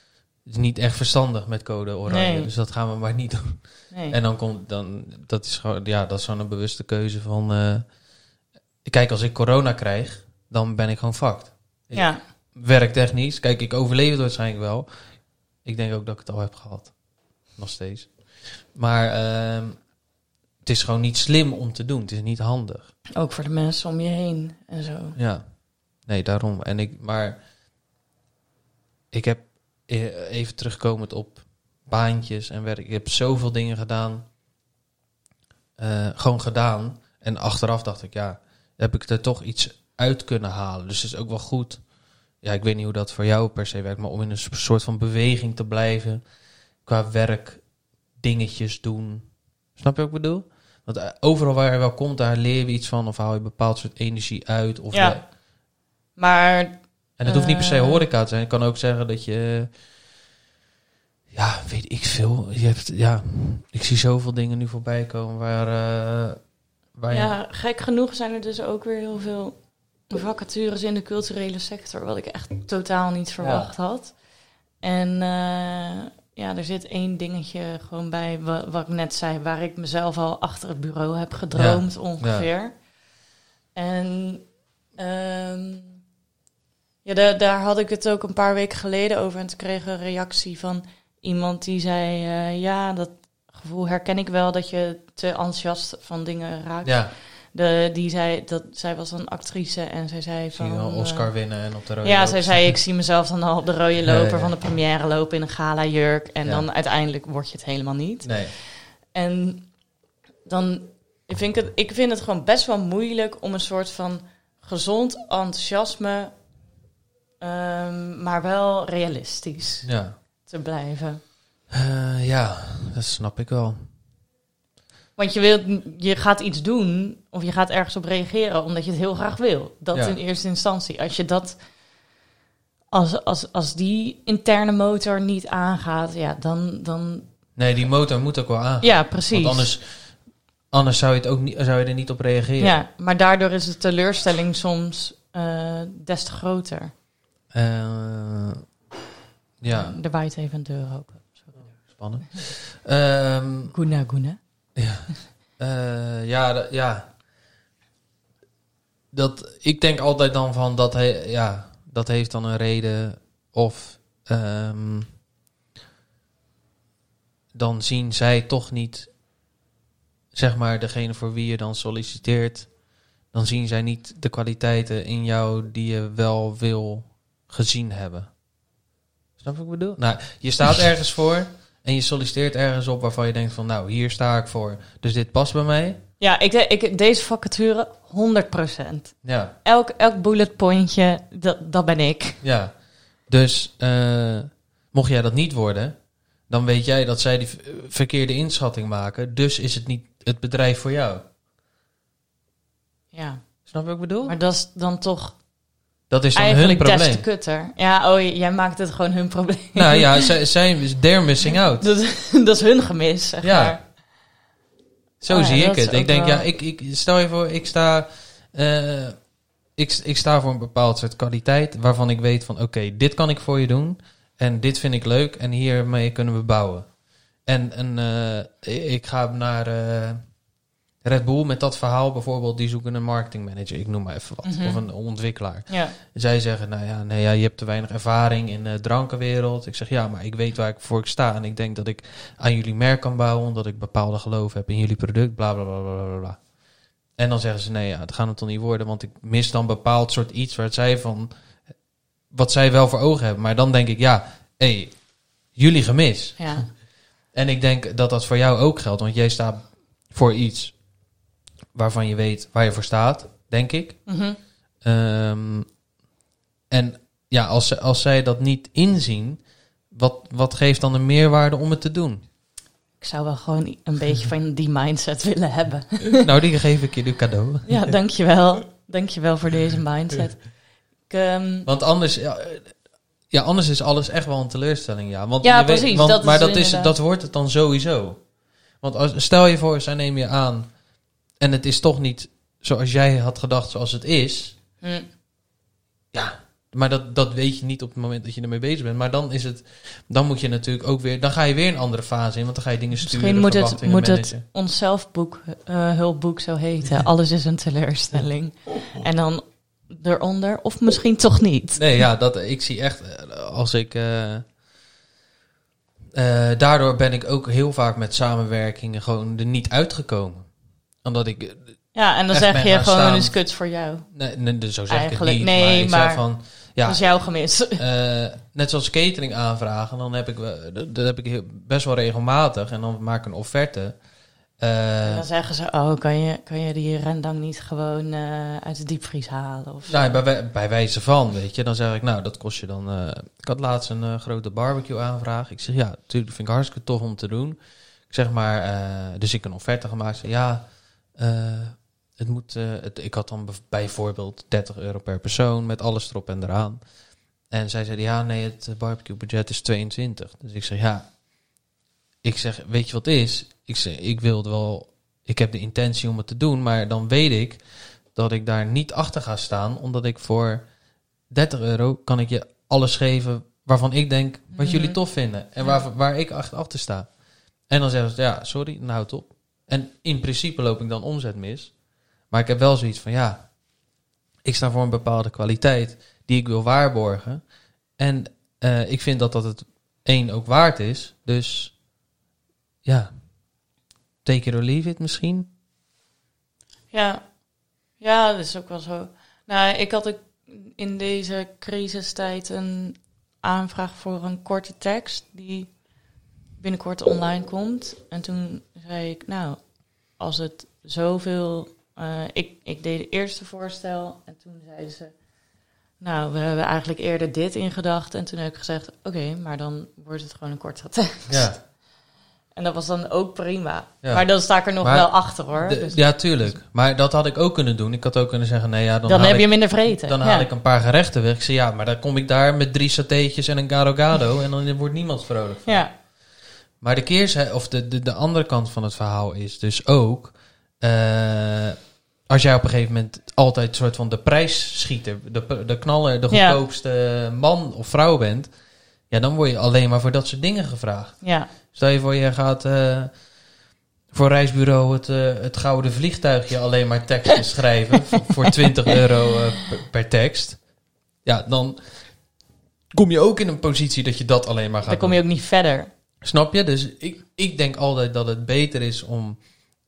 is niet echt verstandig met code oranje. Nee. Dus dat gaan we maar niet doen. Nee. En dat is gewoon, dat is zo'n bewuste keuze van... kijk, als ik corona krijg, dan ben ik gewoon fucked. Ja. Werktechnisch. Kijk, ik overleef het waarschijnlijk wel. Ik denk ook dat ik het al heb gehad. Nog steeds. Maar het is gewoon niet slim om te doen. Het is niet handig. Ook voor de mensen om je heen en zo. Ja. Nee, daarom. Maar ik heb even terugkomend op baantjes en werk. Ik heb zoveel dingen gedaan. Gewoon gedaan. En achteraf dacht ik, heb ik er toch iets uit kunnen halen. Dus het is ook wel goed. Ja, ik weet niet hoe dat voor jou per se werkt, maar om in een soort van beweging te blijven. Qua werk, dingetjes doen. Snap je wat ik bedoel? Want overal waar je wel komt, daar leer je iets van. Of haal je een bepaald soort energie uit. Of maar... En het hoeft niet per se horeca te zijn. Ik kan ook zeggen dat je... weet ik veel. Ik zie zoveel dingen nu voorbij komen waar Ja, gek genoeg zijn er dus ook weer heel veel vacatures in de culturele sector, wat ik echt totaal niet verwacht had. En er zit één dingetje gewoon bij, wat ik net zei, waar ik mezelf al achter het bureau heb gedroomd ongeveer. Ja. En daar had ik het ook een paar weken geleden over en toen kreeg ik een reactie van iemand die zei, dat gevoel herken ik wel, dat je te enthousiast van dingen raakt. Ja. Die zei dat zij was een actrice en zij zei van... Zie je een Oscar winnen en op de rode Ja, loop. Zij zei, ik zie mezelf dan al op de rode loper van de première lopen in een gala jurk. En dan uiteindelijk word je het helemaal niet. Nee. En dan ik vind het gewoon best wel moeilijk om een soort van gezond enthousiasme, maar wel realistisch te blijven. Dat snap ik wel. Want je gaat iets doen of je gaat ergens op reageren omdat je het heel graag wil. Dat in eerste instantie. Als je dat, als die interne motor niet aangaat, dan... Nee, die motor moet ook wel aangaan. Ja, precies. Want anders zou je er niet op reageren. Ja, maar daardoor is de teleurstelling soms des te groter. Er waait even een deur open. Sorry. Spannend. Guna. Ja. Ik denk altijd dan van dat heeft dan een reden. Of dan zien zij toch niet, zeg maar, degene voor wie je dan solliciteert. Dan zien zij niet de kwaliteiten in jou die je wel wil gezien hebben. Snap je wat ik bedoel? Nou, je staat ergens voor en je solliciteert ergens op waarvan je denkt van, nou, hier sta ik voor. Dus dit past bij mij. Ja, deze vacature 100%. Ja. Elk bulletpointje, dat ben ik. Ja. Dus mocht jij dat niet worden, dan weet jij dat zij die verkeerde inschatting maken. Dus is het niet het bedrijf voor jou. Ja. Snap je wat ik bedoel? Maar dat is dan toch... Dat is dan eigenlijk hun probleem. des te kutter. Ja, jij maakt het gewoon hun probleem. Nou ja, they're missing out. Dat is hun gemis, zeg maar. Zo zie ik het. Ik denk, ik stel je voor, ik sta voor een bepaald soort kwaliteit waarvan ik weet van, oké, dit kan ik voor je doen en dit vind ik leuk en hiermee kunnen we bouwen. En ik ga naar Red Bull met dat verhaal bijvoorbeeld, die zoeken een marketingmanager, ik noem maar even wat, of een ontwikkelaar. Ja. Zij zeggen, je hebt te weinig ervaring in de drankenwereld. Ik zeg, maar ik weet waar ik voor sta en ik denk dat ik aan jullie merk kan bouwen, omdat ik bepaalde geloof heb in jullie product, bla bla bla bla bla. En dan zeggen ze, dat gaat het toch niet worden, want ik mis dan bepaald soort iets wat zij wel voor ogen hebben. Maar dan denk ik, jullie gemis. Ja. En ik denk dat dat voor jou ook geldt, want jij staat voor iets waarvan je weet waar je voor staat, denk ik. Mm-hmm. Als zij dat niet inzien, wat geeft dan een meerwaarde om het te doen? Ik zou wel gewoon een beetje van die mindset willen hebben. Nou, die geef ik je nu cadeau. Ja, dankjewel. Dankjewel voor deze mindset. Want anders... anders is alles echt wel een teleurstelling, ja. Want ja, precies. Dat wordt het dan sowieso. Want stel je voor, zij nemen je aan en het is toch niet zoals jij had gedacht, zoals het is. Maar dat weet je niet op het moment dat je ermee bezig bent. Maar dan moet je natuurlijk ook weer... Dan ga je weer een andere fase in, want dan ga je dingen sturen. Misschien moet het ons zelfboek, hulpboek zo heten. Alles is een teleurstelling. En dan eronder, of misschien toch niet. Nee, ja, ik zie echt... Als ik... daardoor ben ik ook heel vaak met samenwerkingen gewoon er niet uitgekomen. Omdat ik... Ja, en dan zeg je gewoon, is kut voor jou. Nee, zo zeg eigenlijk, ik het niet. Nee, maar zeg van... Ja, dat is jouw gemis. Net zoals catering aanvragen, dat heb ik best wel regelmatig. En dan maak ik een offerte. En dan zeggen ze, kan je die rendang niet gewoon uit de diepvries halen? Of zo? Nou, bij wijze van, weet je. Dan zeg ik, nou, dat kost je dan... ik had laatst een grote barbecue aanvraag. Ik zeg, ja, natuurlijk vind ik hartstikke tof om te doen. Ik zeg maar, dus ik een offerte gemaakt. Zeg, ja, het moet... ik had dan bijvoorbeeld €30 per persoon met alles erop en eraan. En zij zei, ja, nee, het barbecue budget is 22. Dus ik zeg, ja... Ik zeg, weet je wat het is? Ik zeg, ik heb de intentie om het te doen, maar dan weet ik dat ik daar niet achter ga staan, omdat ik voor €30 kan ik je alles geven waarvan ik denk wat jullie tof vinden en waar ik achter sta. En dan zeggen ze, ja, sorry, nou houd op. En in principe loop ik dan omzet mis, maar ik heb wel zoiets van, ja, ik sta voor een bepaalde kwaliteit die ik wil waarborgen en ik vind dat het ook waard is, dus ja, take it or leave it misschien. Ja, dat is ook wel zo. Nou, ik had ook in deze crisistijd een aanvraag voor een korte tekst die binnenkort online komt. En toen zei ik, nou, als het zoveel... Ik deed het eerste voorstel en toen zeiden ze... Nou, we hebben eigenlijk eerder dit ingedacht. En toen heb ik gezegd, oké, maar dan wordt het gewoon een korte tekst. Ja. En dat was dan ook prima. Ja. Maar dan sta ik er nog wel achter, hoor. Dus ja, tuurlijk. Maar dat had ik ook kunnen doen. Ik had ook kunnen zeggen, nee, ja... Dan heb je minder vreten. Dan haal ik een paar gerechten weg. Ik zei, ja, maar dan kom ik daar met 3 satéetjes en een gado-gado... en dan wordt niemand vrolijk van. Ja. Maar de andere kant van het verhaal is dus ook... als jij op een gegeven moment altijd een soort van de prijsschieter... de knaller, de goedkoopste man of vrouw bent... ja, dan word je alleen maar voor dat soort dingen gevraagd. Ja. Stel je voor, je gaat voor reisbureau het gouden vliegtuigje alleen maar teksten schrijven voor €20 per tekst. Ja, dan kom je ook in een positie dat je dat alleen maar gaat Dan kom je ook niet verder. Snap je? Dus ik denk altijd dat het beter is om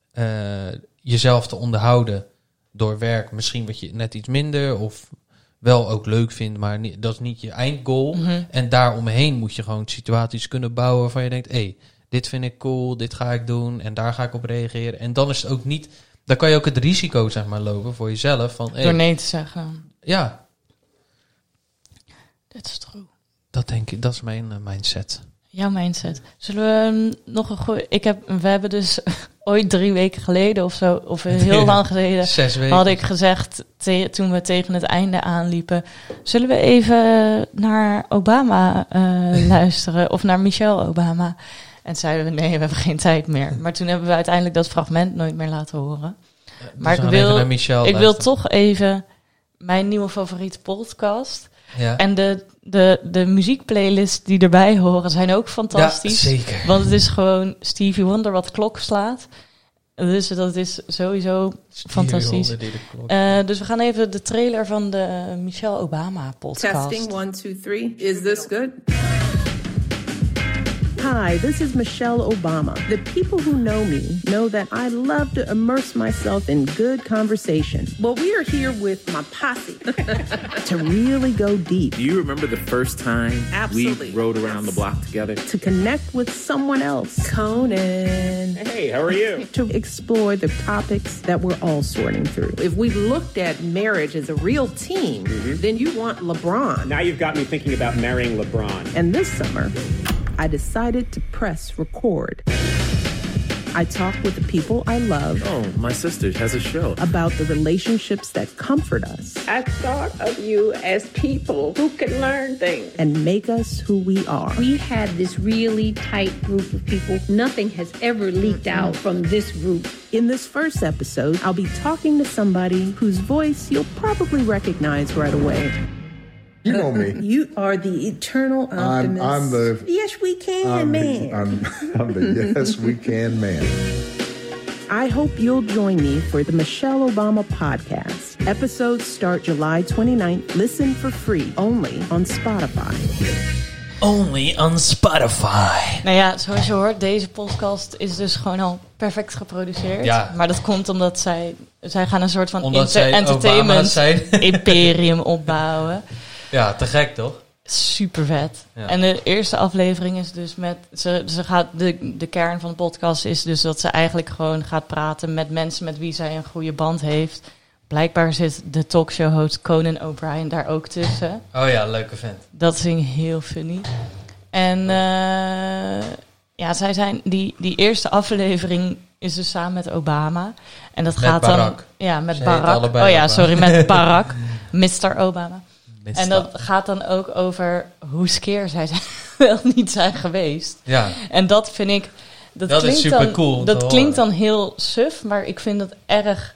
jezelf te onderhouden door werk. Misschien wat je net iets minder of wel ook leuk vindt, maar dat is niet je eindgoal. Mm-hmm. En daaromheen moet je gewoon situaties kunnen bouwen waarvan je denkt, dit vind ik cool, dit ga ik doen en daar ga ik op reageren. En dan is het ook niet, dan kan je ook het risico zeg maar lopen voor jezelf. Van, door nee te zeggen. Ja. Dat is true. Dat denk ik, dat is mijn mindset. Jouw mindset. Zullen we nog een goeie... We hebben dus ooit 3 weken geleden of zo, of heel lang geleden... 6 weken. Had ik gezegd, toen we tegen het einde aanliepen... Zullen we even naar Obama luisteren? Of naar Michelle Obama? En zeiden we, nee, we hebben geen tijd meer. Maar toen hebben we uiteindelijk dat fragment nooit meer laten horen. Maar ik wil toch even mijn nieuwe favoriete podcast... Ja. En de muziekplaylists die erbij horen zijn ook fantastisch. Ja, zeker. Want het is gewoon Stevie Wonder wat klok slaat. Dus dat is sowieso fantastisch. Dus we gaan even de trailer van de Michelle Obama podcast. Testing 1, 2, 3. Is this good? Hi, this is Michelle Obama. The people who know me know that I love to immerse myself in good conversation. Well, we are here with my posse to really go deep. Do you remember the first time we rode around the block together? To connect with someone else. Conan. Hey, how are you? To explore the topics that we're all sorting through. If we looked at marriage as a real team, then you want LeBron. Now you've got me thinking about marrying LeBron. And this summer, I decided to press record. I talk with the people I love. Oh, my sister has a show. About the relationships that comfort us. I thought of you as people who can learn things. And make us who we are. We had this really tight group of people. Nothing has ever leaked out from this group. In this first episode, I'll be talking to somebody whose voice you'll probably recognize right away. You know me. You are the eternal optimist. I'm the yes we can man. I'm the yes we can man. I hope you'll join me for the Michelle Obama podcast. Episodes start July 29th. Listen for free, only on Spotify. Only on Spotify. Nou ja, zoals je hoort, deze podcast is dus gewoon al perfect geproduceerd. Ja. Maar dat komt omdat zij gaan een soort van zij entertainment zijn. imperium opbouwen. Ja, te gek toch? Super vet. Ja. En de eerste aflevering is dus met... Ze gaat de kern van de podcast is dus dat ze eigenlijk gewoon gaat praten met mensen met wie zij een goede band heeft. Blijkbaar zit de talkshow-host Conan O'Brien daar ook tussen. Oh ja, leuke vent. Dat is heel funny. En zij zijn... Die eerste aflevering is dus samen met Obama. En dat gaat Barack. dan... Ja, met Ze Barack. heten allebei Met Barack. Mr. Obama. Mr. En dat gaat dan ook over hoe skeer zij wel niet zijn geweest. Ja. En dat vind ik... Dat is super cool. Dat klinkt dan heel suf, maar ik vind dat erg...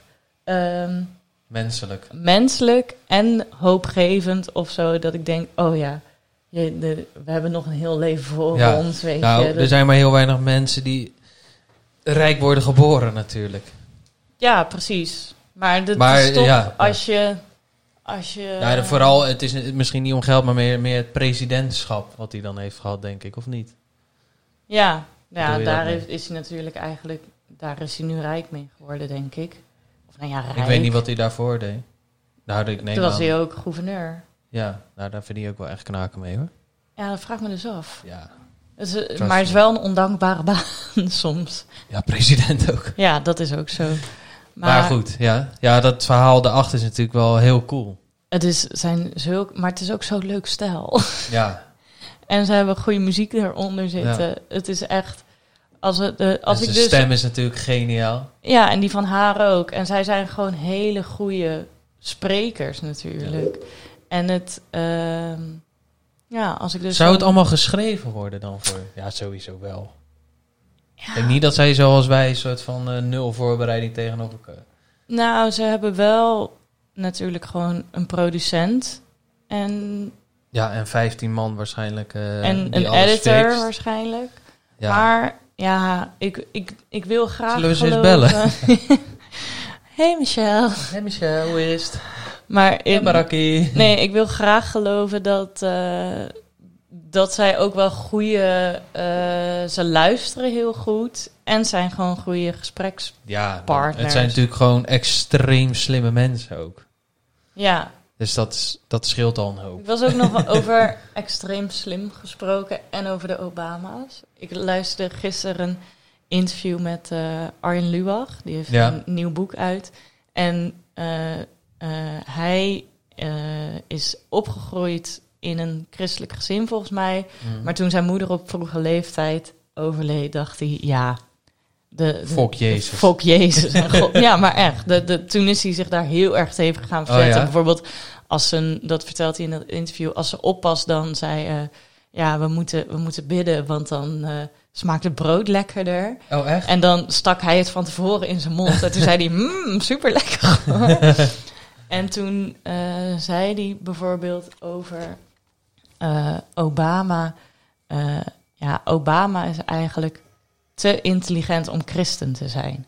menselijk en hoopgevend of zo. Dat ik denk, oh ja, we hebben nog een heel leven voor ons. Weet je. Er zijn maar heel weinig mensen die rijk worden geboren natuurlijk. Ja, precies. Maar is toch als je vooral, het is misschien niet om geld, maar meer het presidentschap wat hij dan heeft gehad, denk ik, of niet? Ja, daar is hij natuurlijk eigenlijk... Daar is hij nu rijk mee geworden, denk ik. Of nou ja, rijk. Ik weet niet wat hij daarvoor deed. Toen was hij ook gouverneur. Ja, daar vind ik ook wel echt knaken mee, hoor. Ja, dat vraag ik me dus af. Ja. Maar het is wel een ondankbare baan soms. Ja, president ook. Ja, dat is ook zo. Maar goed, ja, dat verhaal daarachter is natuurlijk wel heel cool. Maar het is ook zo'n leuk stijl. Ja. En ze hebben goede muziek eronder zitten. Ja. Het is echt... de stem is natuurlijk geniaal. Ja, en die van haar ook. En zij zijn gewoon hele goede sprekers natuurlijk. Ja. En het... als ik dus... Zou het allemaal geschreven worden dan voor... Ja, sowieso wel. Ja. Ik denk niet dat zij zoals wij een soort van nul voorbereiding tegenover elkaar. Nou, ze hebben wel natuurlijk gewoon een producent. En... Ja, en 15 man waarschijnlijk. En een editor fixt. Waarschijnlijk. Ja. Maar ja, ik wil graag Zullen we ze eens bellen? Hey Michelle. Hey Michelle, hoe is het? Maar Baraki. Nee, ik wil graag geloven dat zij ook wel goede... ze luisteren heel goed en zijn gewoon goede gesprekspartners. Ja, het zijn natuurlijk gewoon extreem slimme mensen ook. Ja. Dus dat scheelt al een hoop. Ik was ook nog over extreem slim gesproken en over de Obama's. Ik luisterde gisteren een interview met Arjen Lubach. Die heeft een nieuw boek uit. En hij is opgegroeid in een christelijk gezin volgens mij. Mm. Maar toen zijn moeder op vroege leeftijd overleed, dacht hij... ja. Fok Jezus. Fok Jezus. En God, ja, maar echt. Toen is hij zich daar heel erg tegen gaan verzetten. Oh, ja? Bijvoorbeeld, dat vertelt hij in dat interview... als ze oppas, dan zei... we moeten bidden, want dan smaakt het brood lekkerder. Oh, echt? En dan stak hij het van tevoren in zijn mond. En toen zei hij, super lekker. En toen zei hij bijvoorbeeld over Obama... Obama is eigenlijk... te intelligent om christen te zijn.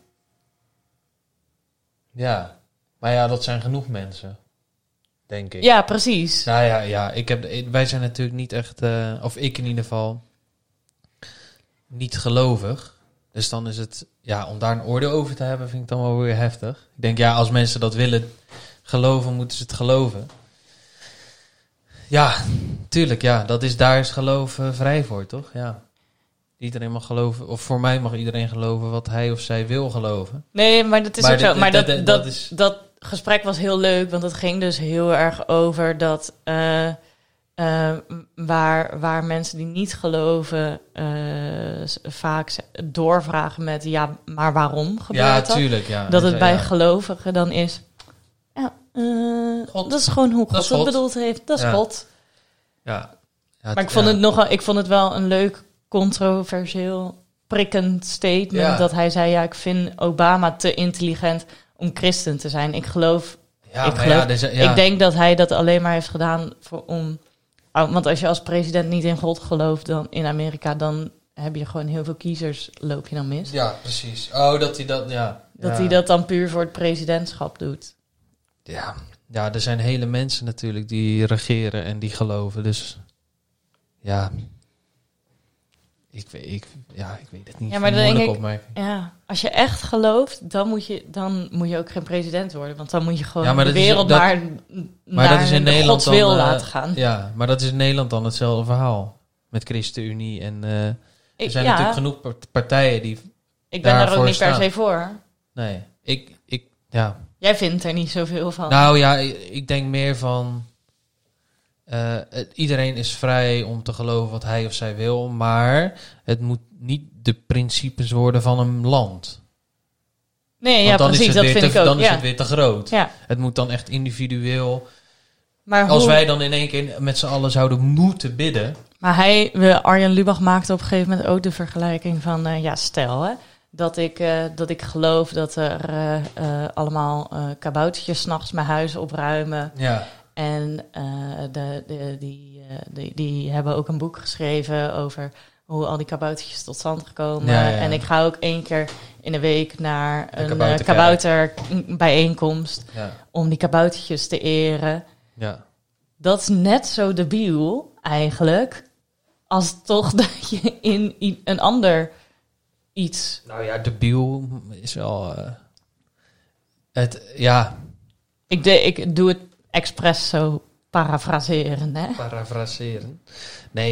Ja, maar ja, dat zijn genoeg mensen, denk ik. Ja, precies. Nou ja, wij zijn natuurlijk niet echt, of ik in ieder geval, niet gelovig. Dus dan is het, om daar een oordeel over te hebben, vind ik dan wel weer heftig. Ik denk, als mensen dat willen geloven, moeten ze het geloven. Ja, tuurlijk, daar is geloof vrij voor, toch? Ja. Iedereen mag geloven, of voor mij mag iedereen geloven wat hij of zij wil geloven. Nee, maar dat is ook zo. Maar dat gesprek was heel leuk, want het ging dus heel erg over dat waar mensen die niet geloven vaak doorvragen met maar waarom gebeurt dat? Tuurlijk, ja. Dat het bij gelovigen dan is, dat is gewoon hoe God het bedoeld heeft. Dat is God. Ja. Maar ik vond het wel een leuk controversieel, prikkend statement dat hij zei, ik vind Obama te intelligent om christen te zijn. Ik geloof Ik denk dat hij dat alleen maar heeft gedaan want als je als president niet in God gelooft dan in Amerika, dan heb je gewoon heel veel kiezers, loop je dan mis. Ja, precies. Oh, dat hij dat, hij dat dan puur voor het presidentschap doet. Ja, er zijn hele mensen natuurlijk die regeren en die geloven. Dus ja, ik weet het niet. Ja, maar dan denk ik, als je echt gelooft, dan moet je ook geen president worden. Want dan moet je gewoon de wereld naar dat is in Nederland Gods wil laten gaan. Ja, maar dat is in Nederland dan hetzelfde verhaal. Met ChristenUnie en er zijn natuurlijk genoeg partijen die ik ben daar ook niet per se voor. Nee, Jij vindt er niet zoveel van. Nou ja, ik denk meer van... iedereen is vrij om te geloven wat hij of zij wil, maar het moet niet de principes worden van een land. Nee, ja, precies, dat vind ik ook. Dan is het weer te groot. Ja. Het moet dan echt individueel. Maar als wij dan in één keer met z'n allen zouden moeten bidden... Maar Arjen Lubach maakte op een gegeven moment ook de vergelijking van... stel hè, dat ik geloof dat er allemaal kaboutertjes 's nachts mijn huis opruimen... Ja. En die hebben ook een boek geschreven over hoe al die kaboutertjes tot stand gekomen. Ja. En ik ga ook 1 keer in de week naar een kabouterbijeenkomst om die kaboutertjes te eren. Ja. Dat is net zo debiel eigenlijk als toch dat je in een ander iets... Nou ja, debiel is wel... Ik doe het expres zo parafraseren, hè? Parafraseren. Nee,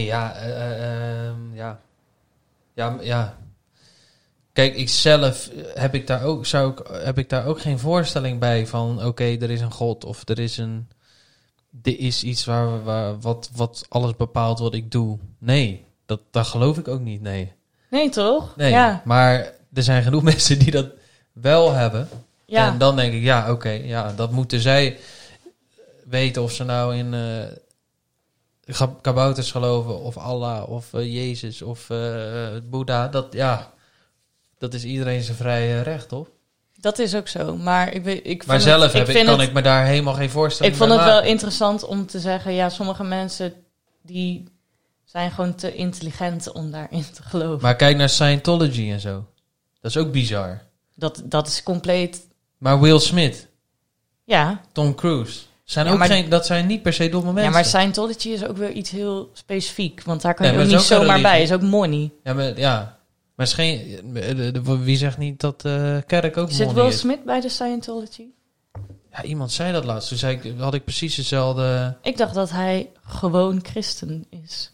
ja. Kijk, ik zelf heb ik daar ook geen voorstelling bij van... Oké, er is een God of er is iets wat alles bepaalt wat ik doe. Nee, dat geloof ik ook niet, nee. Nee, toch? Nee, ja. Maar er zijn genoeg mensen die dat wel hebben. Ja. En dan denk ik, dat moeten zij... weten of ze nou in kabouters geloven of Allah of Jezus of Boeddha. Dat is iedereen zijn vrije recht, toch? Dat is ook zo. Maar ik kan ik me daar helemaal geen voorstelling bij maken. Ik vond het wel interessant om te zeggen... sommige mensen die zijn gewoon te intelligent om daarin te geloven. Maar kijk naar Scientology en zo. Dat is ook bizar. Dat is compleet... Maar Will Smith. Ja. Tom Cruise. Dat zijn niet per se domme mensen. Ja, maar Scientology is ook weer iets heel specifiek. Want daar kan je ook niet zomaar bij. Is ook money. Maar is geen... Wie zegt niet dat kerk ook money is? Zit Will Smith bij de Scientology? Ja, iemand zei dat laatst. Toen had ik precies hetzelfde... Ik dacht dat hij gewoon christen is.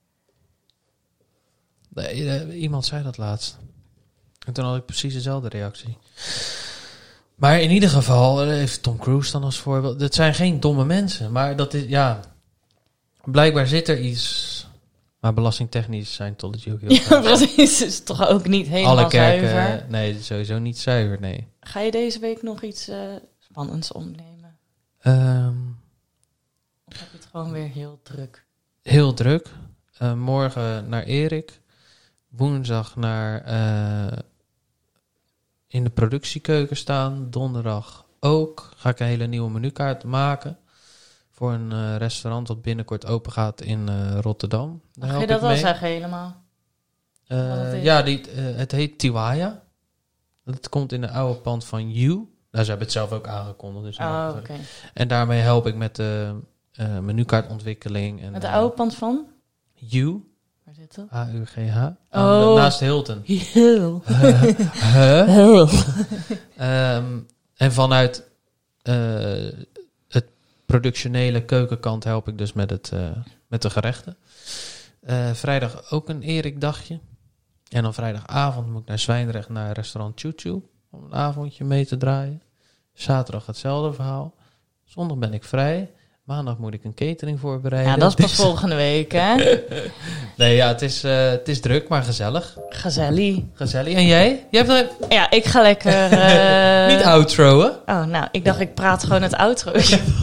Nee, iemand zei dat laatst. En toen had ik precies dezelfde reactie. Maar in ieder geval heeft Tom Cruise dan als voorbeeld. Dat zijn geen domme mensen, maar dat is blijkbaar zit er iets. Maar belastingtechnisch zijn Scientology ook heel Ja, precies. Is toch ook niet helemaal alle kerken, zuiver? Nee, sowieso niet zuiver, nee. Ga je deze week nog iets spannends opnemen? Of heb je het gewoon weer heel druk? Heel druk. Morgen naar Erik. Woensdag naar... in de productiekeuken staan. Donderdag ook. Ga ik een hele nieuwe menukaart maken. Voor een restaurant dat binnenkort open gaat in Rotterdam. Mag je dat wel zeggen helemaal? Het heet Tiwaya. Dat komt in de oude pand van You. Nou, ze hebben het zelf ook aangekondigd. Dus okay. En daarmee help ik met de menukaartontwikkeling. En, met de oude pand van? You. Waar zit dat? H-U-G-H. Naast Hilton. Heel. En vanuit het productionele keukenkant help ik dus met de gerechten. Vrijdag ook een Erik dagje. En dan vrijdagavond moet ik naar Zwijndrecht naar restaurant Choo Choo om een avondje mee te draaien. Zaterdag hetzelfde verhaal. Zondag ben ik vrij. Maandag moet ik een catering voorbereiden. Ja, dat is pas volgende week, hè? Nee, ja, het is druk, maar gezellig. Gezellig. En jij? Ja, ik ga lekker... Niet outroen? Oh, nou, ik dacht ik praat gewoon het outro.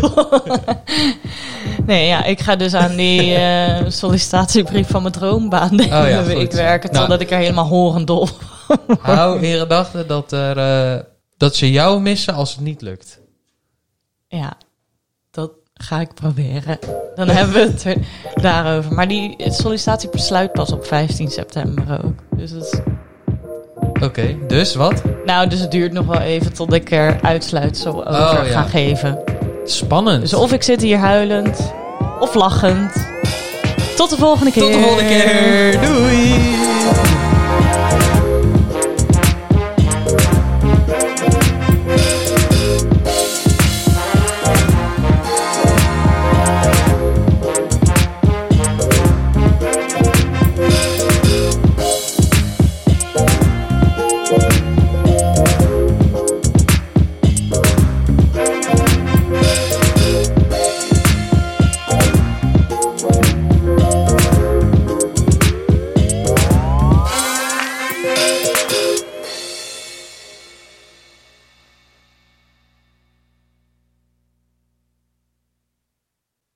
Nee, ja, ik ga dus aan die sollicitatiebrief van mijn droombaan de hele week werken. Totdat ik er helemaal horendol hou in gedachten dat ze jou missen als het niet lukt. Ja, dat ga ik proberen. Dan hebben we het er daarover. Maar die sollicitatie sluit pas op 15 september ook. Dus dat is... Oké, dus wat? Nou, dus het duurt nog wel even tot ik er uitsluitsel over ga geven. Spannend. Dus of ik zit hier huilend of lachend. Tot de volgende keer. Tot de volgende keer. Doei.